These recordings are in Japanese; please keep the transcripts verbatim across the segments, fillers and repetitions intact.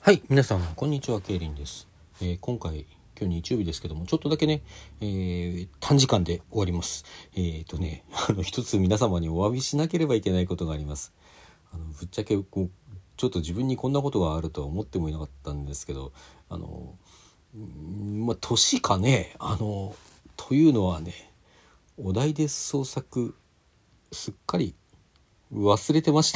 はい、皆さんこんにちは、ケイリンです。えー、今回今日日曜日ですけども、ちょっとだけね、えー、短時間で終わります。えーとね、あの一つ皆様にお詫びしなければいけないことがあります。あのぶっちゃけこうちょっと自分にこんなことがあるとは思ってもいなかったんですけど、あのまあ年かね、あのというのはね、お題で創作すっかり忘れてました。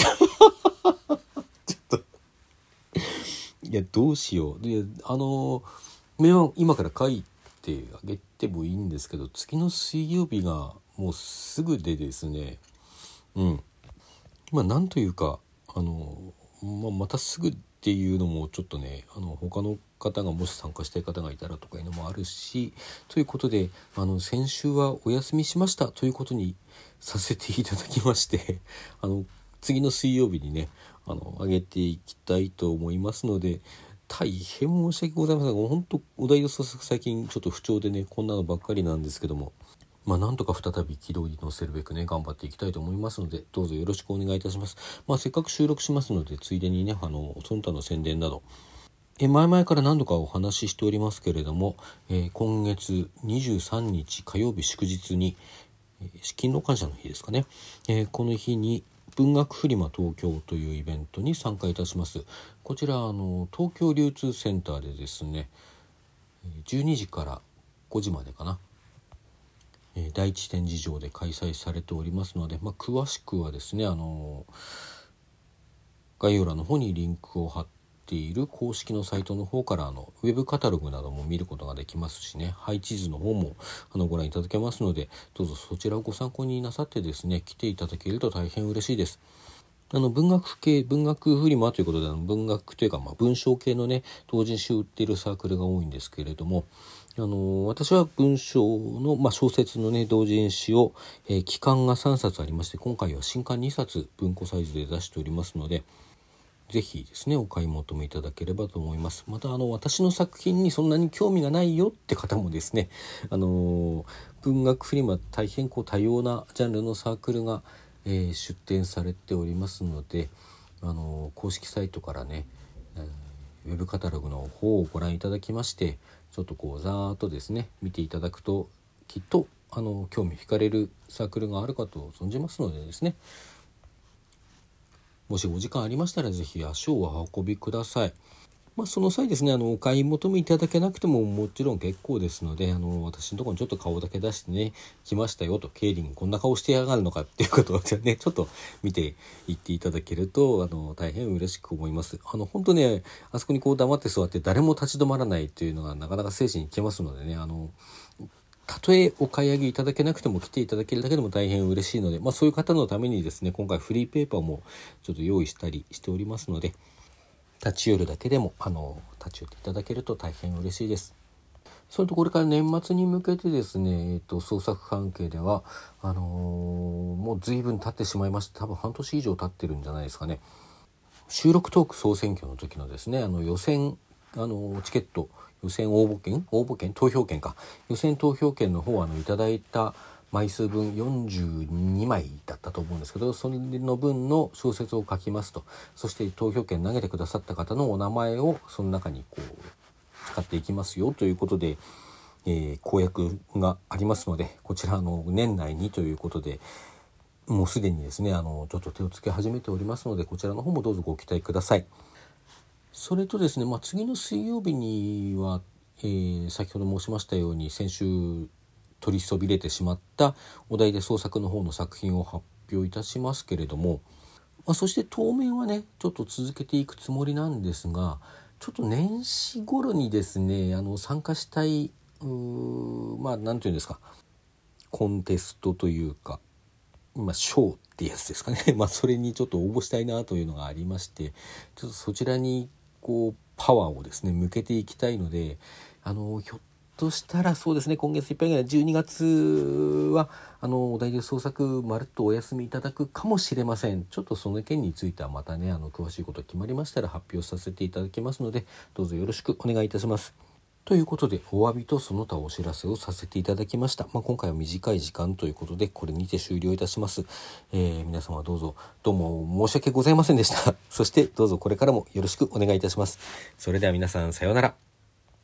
いやどうしよう。であの今から書いてあげてもいいんですけど、次の水曜日がもうすぐでですね、うんまあなんというかあの、まあ、またすぐっていうのもちょっとね、あの他の方がもし参加したい方がいたらとかいうのもあるし、ということであの先週はお休みしましたということにさせていただきましてあの次の水曜日にねあの上げていきたいと思いますので、大変申し訳ございません。本当お題の創作最近ちょっと不調でね、こんなのばっかりなんですけども、まあなんとか再び軌道に乗せるべくね頑張っていきたいと思いますので、どうぞよろしくお願いいたします。まあせっかく収録しますので、ついでにねあのその他の宣伝などえ前々から何度かお話ししておりますけれども、えー、今月にじゅうさんにち火曜日祝日に、えー、勤労感謝の日ですかね、えー、この日に文学フリマ東京というイベントに参加いたします。こちらあの東京流通センターでですね、じゅうにじからごじまでかな、えー、第一展示場で開催されておりますので、まあ、詳しくはですねあの概要欄の方にリンクを貼ってている公式のサイトの方からあのウェブカタログなども見ることができますしね、配置図の方もあのご覧いただけますので、どうぞそちらをご参考になさってですね来ていただけると大変嬉しいです。あの文学系文学フリマということで、あの文学というかまあ文章系のね同人誌を売っているサークルが多いんですけれども、あの私は文章の、まあ、小説のね同人誌を、えー、期間がさんさつありまして、今回は新刊にさつ文庫サイズで出しておりますので、ぜひですねお買い求めいただければと思います。またあの私の作品にそんなに興味がないよって方もですね、あの文学フリマ大変こう多様なジャンルのサークルが、えー、出展されておりますので、あの公式サイトからね、えー、ウェブカタログの方をご覧いただきまして、ちょっとこうざーっとですね見ていただくときっとあの興味惹かれるサークルがあるかと存じますのでですね、もしお時間ありましたらぜひ足をお運びください。まあ、その際ですねあのお買い求めいただけなくてももちろん結構ですので、あの私のところにちょっと顔だけ出してね来ましたよと、ケイリンこんな顔してやがるのかっていうことをねちょっと見ていっていただけるとあの大変嬉しく思います。あの本当ねあそこにこう黙って座って誰も立ち止まらないというのがなかなか精神にきますのでね、あのたとえお買い上げいただけなくても来ていただけるだけでも大変嬉しいので、まあ、そういう方のためにですね今回フリーペーパーもちょっと用意したりしておりますので、立ち寄るだけでもあの立ち寄っていただけると大変嬉しいです。それとこれから年末に向けてですね、えっと、創作関係ではあのー、もう随分経ってしまいました。多分半年以上経ってるんじゃないですかね。収録トーク総選挙の時のですねあの予選あのチケット予選応募券応募券投票券か予選投票券の方はあのいただいた枚数分よんじゅうにまいだったと思うんですけど、それの分の小説を書きますと、そして投票券投げてくださった方のお名前をその中にこう使っていきますよということで、えー、公約がありますので、こちらの年内にということでもうすでにですねあのちょっと手をつけ始めておりますので、こちらの方もどうぞご期待ください。それとですね、まあ、次の水曜日には、えー、先ほど申しましたように先週取りそびれてしまったお題で創作の方の作品を発表いたしますけれども、まあ、そして当面はねちょっと続けていくつもりなんですが、ちょっと年始頃にですねあの参加したいうーまあなんていうんですか、コンテストというかまあ、賞ってやつですかねまあそれにちょっと応募したいなというのがありまして、ちょっとそちらにこうパワーをですね向けていきたいので、あのひょっとしたらそうですね今月いっぱいぐらいじゅうにがつはあのお題で創作まるっとお休みいただくかもしれません。ちょっとその件についてはまたねあの詳しいこと決まりましたら発表させていただきますので、どうぞよろしくお願いいたします。 ということで、お詫びとその他お知らせをさせていただきました。まあ、今回は短い時間ということで、これにて終了いたします。えー、皆様どうぞ、どうも申し訳ございませんでした。そしてどうぞこれからもよろしくお願いいたします。それでは皆さん、さようなら。